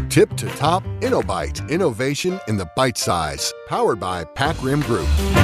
Tip to Top InnoBite. Innovation in the bite size. Powered by Pac Rim Group.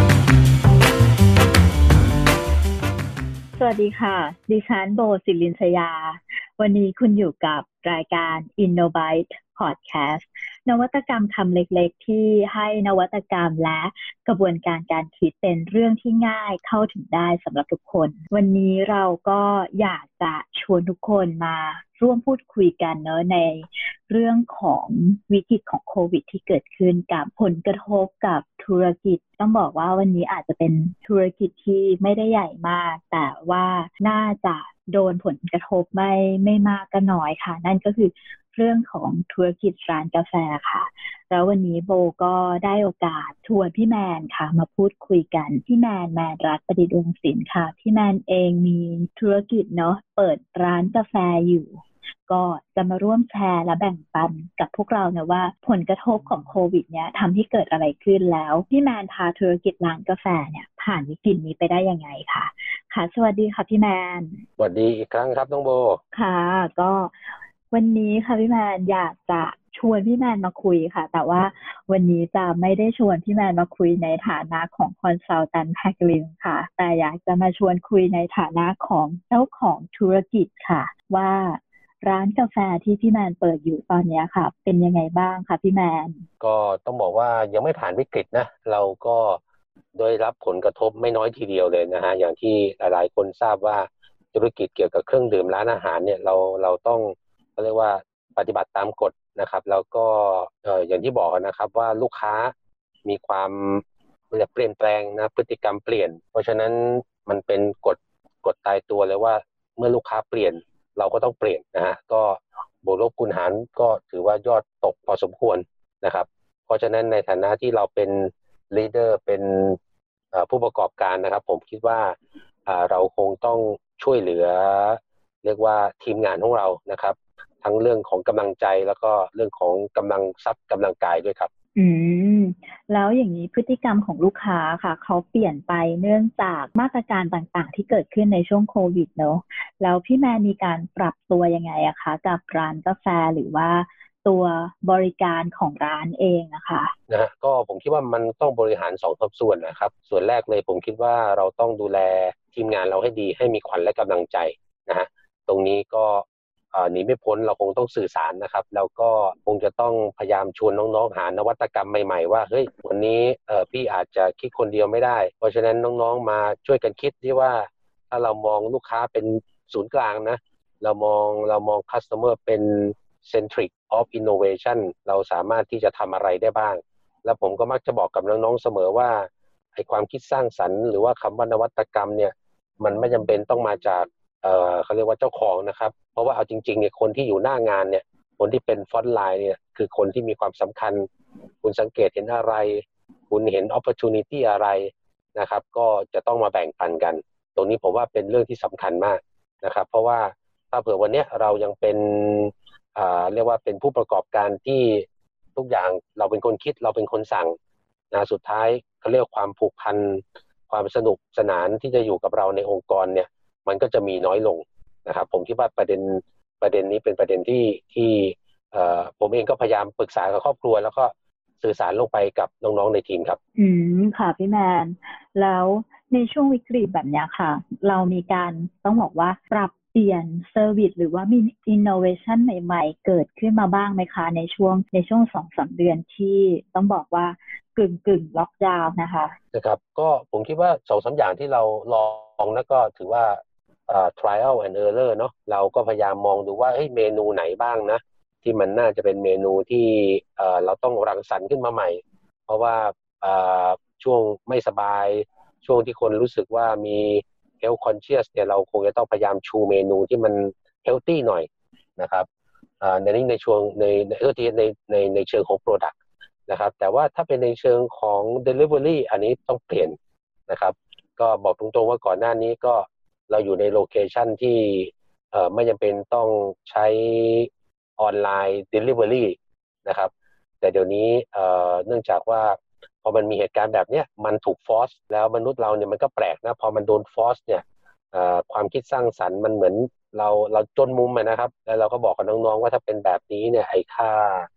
สวัสดีค่ะดิฉันโบศิรินทร์ชยาวันนี้คุณอยู่กับรายการ InnoBite Podcast นวัตกรรมคำเล็กๆที่ให้นวัตกรรมและกระบวนการการคิดเป็นเรื่องที่ง่ายเข้าถึงได้สำหรับทุกคนวันนี้เราก็อยากจะชวนทุกคนมาร่วมพูดคุยกันเนอะในเรื่องของวิกฤตของโควิดที่เกิดขึ้นกับผลกระทบกับธุรกิจต้องบอกว่าวันนี้อาจจะเป็นธุรกิจที่ไม่ได้ใหญ่มากแต่ว่าน่าจะโดนผลกระทบไม่มากก็น้อยค่ะนั่นก็คือเรื่องของธุรกิจร้านกาแฟค่ะแล้ววันนี้โบก็ได้โอกาสชวนพี่แมนค่ะมาพูดคุยกันพี่แมนรัตน์ประดิษฐ์วงศ์ศิลป์ค่ะพี่แมนเองมีธุรกิจเนาะเปิดร้านกาแฟอยู่ก็จะมาร่วมแชร์และแบ่งปันกับพวกเราเนี่ยว่าผลกระทบของโควิดเนี่ยทำให้เกิดอะไรขึ้นแล้วพี่แมนพาธุรกิจร้านกาแฟเนี่ยผ่านวิกฤตนี้ไปได้ยังไงค่ะค่ะสวัสดีค่ะพี่แมนสวัสดีอีกครั้งครับน้องโบค่ะก็วันนี้ค่ะพี่แมนอยากจะชวนพี่แมนมาคุยค่ะแต่ว่าวันนี้จะไม่ได้ชวนพี่แมนมาคุยในฐานะของคอนซัลแทนต์แพ็คลิงค่ะแต่อยากจะมาชวนคุยในฐานะของเจ้าของธุรกิจค่ะว่าร้านกาแฟที่พี่แมนเปิดอยู่ตอนนี้ค่ะเป็นยังไงบ้างคะพี่แมนก็ต้องบอกว่ายังไม่ผ่านวิกฤตนะเราก็ได้รับผลกระทบไม่น้อยทีเดียวเลยนะฮะอย่างที่หลายๆคนทราบว่าธุรกิจเกี่ยวกับเครื่องดื่มร้านอาหารเนี่ยเราต้องเรียกว่าปฏิบัติตามกฎนะครับแล้วก็อย่างที่บอกนะครับว่าลูกค้ามีความเปลี่ยนแปลงนะพฤติกรรมเปลี่ยนเพราะฉะนั้นมันเป็นกฎตายตัวเลยว่าเมื่อลูกค้าเปลี่ยนเราก็ต้องเปลี่ยนนะฮะก็บวกลบคูณหารก็ถือว่ายอดตกพอสมควรนะครับเพราะฉะนั้นในฐานะที่เราเป็นลีดเดอร์เป็นผู้ประกอบการนะครับผมคิดว่าเราคงต้องช่วยเหลือเรียกว่าทีมงานของเรานะครับทั้งเรื่องของกำลังใจแล้วก็เรื่องของกำลังทรัพย์กำลังกายด้วยครับแล้วอย่างนี้พฤติกรรมของลูกค้าค่ะเขาเปลี่ยนไปเนื่องจากมาตรการต่างๆที่เกิดขึ้นในช่วงโควิดเนอะแล้วพี่แม่มีการปรับตัวยังไงอะคะกับร้านกาแฟหรือว่าตัวบริการของร้านเองนะคะนะก็ผมคิดว่ามันต้องบริหาร2 ส่วนนะครับส่วนแรกเลยผมคิดว่าเราต้องดูแลทีมงานเราให้ดีให้มีขวัญและกำลังใจนะฮะตรงนี้ก็หนีไม่พ้นเราคงต้องสื่อสารนะครับแล้วก็คงจะต้องพยายามชวนน้องๆหานวัตกรรมใหม่ๆว่าเฮ้ยวันนี้พี่อาจจะคิดคนเดียวไม่ได้เพราะฉะนั้นน้องๆมาช่วยกันคิดที่ว่าถ้าเรามองลูกค้าเป็นศูนย์กลางนะเรามอง customer เป็น centric of innovation เราสามารถที่จะทำอะไรได้บ้างแล้วผมก็มักจะบอกกับน้องๆเสมอว่าไอ้ความคิดสร้างสรรค์หรือว่าคำว่านวัตกรรมเนี่ยมันไม่จำเป็นต้องมาจากเขาเรียกว่าเจ้าของนะครับเพราะว่าเอาจริงๆเนี่ยคนที่อยู่หน้างานเนี่ยคนที่เป็นฟรอนต์ไลน์เนี่ยคือคนที่มีความสำคัญคุณสังเกตเห็นอะไรคุณเห็น opportunity อะไรนะครับก็จะต้องมาแบ่งปันกันตรงนี้ผมว่าเป็นเรื่องที่สำคัญมากนะครับเพราะว่าถ้าเผื่อวันนี้เรายังเป็นเรียกว่าเป็นผู้ประกอบการที่ทุกอย่างเราเป็นคนคิดเราเป็นคนสั่งนะสุดท้ายเขาเรียกความผูกพันความสนุกสนานที่จะอยู่กับเราในองค์กรเนี่ยมันก็จะมีน้อยลงนะครับผมคิดว่าประเด็นนี้เป็นประเด็นที่ผมเองก็พยายามปรึกษากับครอบครัวแล้วก็สื่อสารลงไปกับน้องๆในทีมครับค่ะพี่แมนแล้วในช่วงวิกฤตแบบนี้ค่ะเรามีการต้องบอกว่าปรับเปลี่ยนเซอร์วิสหรือว่ามีอินโนเวชันใหม่ๆเกิดขึ้นมาบ้างไหมคะในช่วง 2-3 เดือนที่ต้องบอกว่ากึ่งล็อกดาวน์นะคะก็ผมคิดว่า 2-3 อย่างที่เราลองแล้วก็ถือว่าtrial and error เนาะเราก็พยายามมองดูว่าเมนูไหนบ้างนะที่มันน่าจะเป็นเมนูที่เราต้องรังสรรค์ขึ้นมาใหม่เพราะว่าช่วงไม่สบายช่วงที่คนรู้สึกว่ามี health conscious เนี่ยเราคงจะต้องพยายามชูเมนูที่มัน healthy หน่อยนะครับในนี้ในช่วงในเชิงของ product นะครับแต่ว่าถ้าเป็นในเชิงของ delivery อันนี้ต้องเปลี่ยนนะครับก็บอกตรงๆว่าก่อนหน้านี้ก็เราอยู่ในโลเคชันที่ไม่จำเป็นต้องใช้ออนไลน์ delivery นะครับแต่เดี๋ยวนี้เนื่องจากว่าพอมันมีเหตุการณ์แบบนี้มันถูกฟอร์สแล้วมนุษย์เราเนี่ยมันก็แปลกนะพอมันโดนฟอร์สเนี่ยความคิดสร้างสรรค์มันเหมือนเราจนมุมนะครับแล้วเราก็บอกกับน้องๆว่าถ้าเป็นแบบนี้เนี่ยไอ้ค่า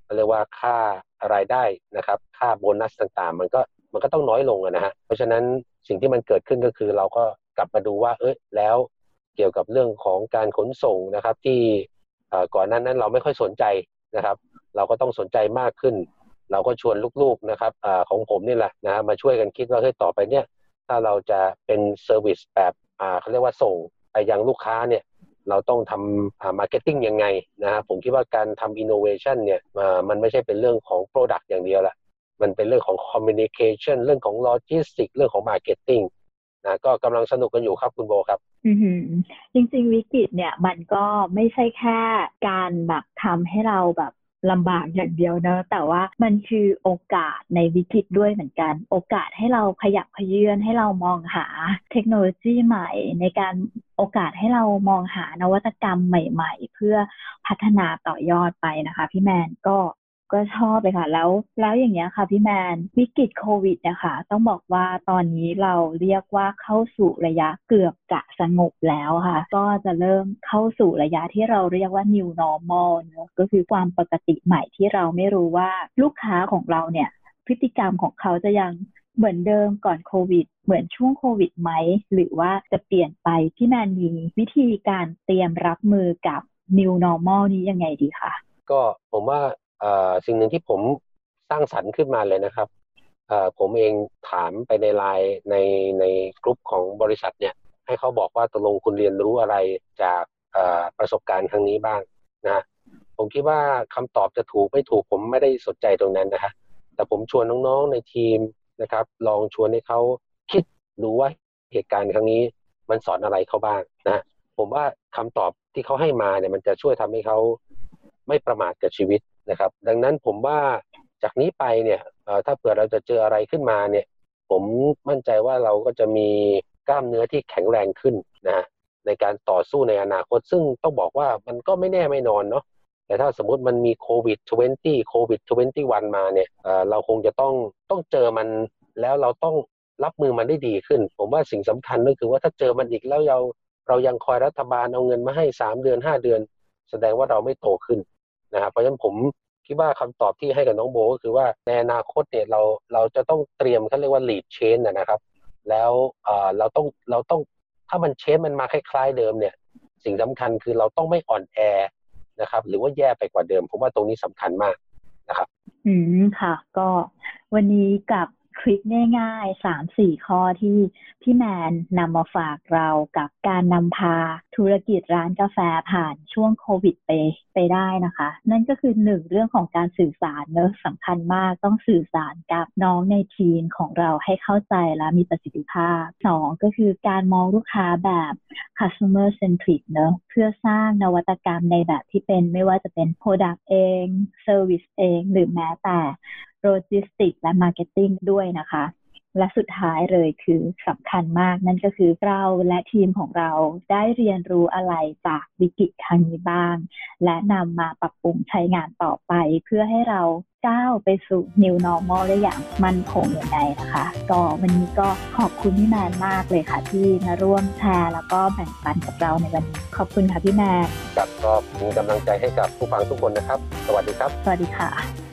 เรียกว่าค่ารายได้นะครับค่าโบนัสต่างๆมันก็ต้องน้อยลงนะฮะเพราะฉะนั้นสิ่งที่มันเกิดขึ้นก็คือเราก็กลับมาดูว่าแล้วเกี่ยวกับเรื่องของการขนส่งนะครับที่ก่อนหน้านั้นเราไม่ค่อยสนใจนะครับเราก็ต้องสนใจมากขึ้นเราก็ชวนลูกๆนะครับของผมนี่แหละนะมาช่วยกันคิดว่าต่อไปเนี่ยถ้าเราจะเป็นเซอร์วิสแบบเขาเรียกว่าส่งไปยังลูกค้าเนี่ยเราต้องทำมาร์เก็ตติ้งยังไงนะผมคิดว่าการทำอินโนเวชันเนี่ยมันไม่ใช่เป็นเรื่องของ Product อย่างเดียวละมันเป็นเรื่องของ Communication เรื่องของ Logistics เรื่องของ Marketing นะก็กำลังสนุกกันอยู่ครับคุณโบครับจริงๆวิกฤตเนี่ยมันก็ไม่ใช่แค่การแบบทำให้เราแบบลำบากอย่างเดียวเนอะแต่ว่ามันคือโอกาสในวิกฤตด้วยเหมือนกันโอกาสให้เราขยับเขยื้อนให้เรามองหาเทคโนโลยีใหม่ในการโอกาสให้เรามองหานวัตกรรมใหม่ๆเพื่อพัฒนาต่อยอดไปนะคะพี่แมนก็ชอบเลยค่ะแล้วอย่างเงี้ยค่ะพี่แมนวิกฤตโควิดนะคะต้องบอกว่าตอนนี้เราเรียกว่าเข้าสู่ระยะเกือบจะสงบแล้วค่ะก็จะเริ่มเข้าสู่ระยะที่เราเรียกว่า new normal เนอะก็คือความปกติใหม่ที่เราไม่รู้ว่าลูกค้าของเราเนี่ยพฤติกรรมของเขาจะยังเหมือนเดิมก่อนโควิดเหมือนช่วงโควิดไหมหรือว่าจะเปลี่ยนไปพี่แมนมีวิธีการเตรียมรับมือกับ new normal นี้ยังไงดีคะก็ผมว่าสิ่งหนึ่งที่ผมสร้างสรรค์ขึ้นมาเลยนะครับผมเองถามไปในไลน์ในกลุ่มของบริษัทเนี่ยให้เขาบอกว่าตกลงคุณเรียนรู้อะไรจากประสบการณ์ครั้งนี้บ้างนะผมคิดว่าคำตอบจะถูกไม่ถูกผมไม่ได้สนใจตรงนั้นนะฮะแต่ผมชวนน้องๆในทีมนะครับลองชวนให้เขาคิดดูว่าเหตุการณ์ครั้งนี้มันสอนอะไรเขาบ้างนะผมว่าคำตอบที่เขาให้มาเนี่ยมันจะช่วยทำให้เขาไม่ประมาทกับชีวิตนะครับดังนั้นผมว่าจากนี้ไปเนี่ยถ้าเผื่อเราจะเจออะไรขึ้นมาเนี่ยผมมั่นใจว่าเราก็จะมีกล้ามเนื้อที่แข็งแรงขึ้นนะในการต่อสู้ในอนาคตซึ่งต้องบอกว่ามันก็ไม่แน่ไม่นอนเนาะแต่ถ้าสมมุติมันมีโควิด20โควิด21มาเนี่ยเราคงจะต้องเจอมันแล้วเราต้องรับมือมันได้ดีขึ้นผมว่าสิ่งสำคัญก็คือว่าถ้าเจอมันอีกแล้วเรายังคอยรัฐบาลเอาเงินมาให้3 เดือน5 เดือนแสดงว่าเราไม่โตขึ้นนะครับเพราะฉะนั้นผมคิดว่าคำตอบที่ให้กับน้องโบก็คือว่าในอนาคตเนี่ยเราจะต้องเตรียมเขาเรียกว่า lead change นะครับแล้วเราต้องถ้ามันเชนมันมาคล้ายๆเดิมเนี่ยสิ่งสำคัญคือเราต้องไม่อ่อนแอนะครับหรือว่าแย่ไปกว่าเดิมผมว่าตรงนี้สำคัญมากนะครับค่ะก็วันนี้กับคลิปง่ายๆ 3-4 ข้อที่พี่แมนนำมาฝากเรากับการนำพาธุรกิจร้านกาแฟผ่านช่วงโควิดไปได้นะคะนั่นก็คือ1เรื่องของการสื่อสารเนอะสำคัญมากต้องสื่อสารกับน้องในทีมของเราให้เข้าใจและมีประสิทธิภาพ2ก็คือการมองลูกค้าแบบ customer centric เนอะเพื่อสร้างนวัตกรรมในแบบที่เป็นไม่ว่าจะเป็น product เอง service เองหรือแม้แต่โลจิสติกส์และมาร์เก็ตติ้งด้วยนะคะและสุดท้ายเลยคือสำคัญมากนั่นก็คือเราและทีมของเราได้เรียนรู้อะไรจากวิกฤตครั้งนี้บ้างและนำมาปรับปรุงใช้งานต่อไปเพื่อให้เราก้าวไปสู่ New Normal ได้อย่างมั่นคงอย่างไรนะคะก็วันนี้ก็ขอบคุณพี่แมนมากเลยค่ะที่มาร่วมแชร์แล้วก็แบ่งปันกับเราในวันนี้ขอบคุณค่ะพี่แมนครับก็มีกำลังใจให้กับผู้ฟังทุกคนนะครับสวัสดีครับสวัสดีค่ะ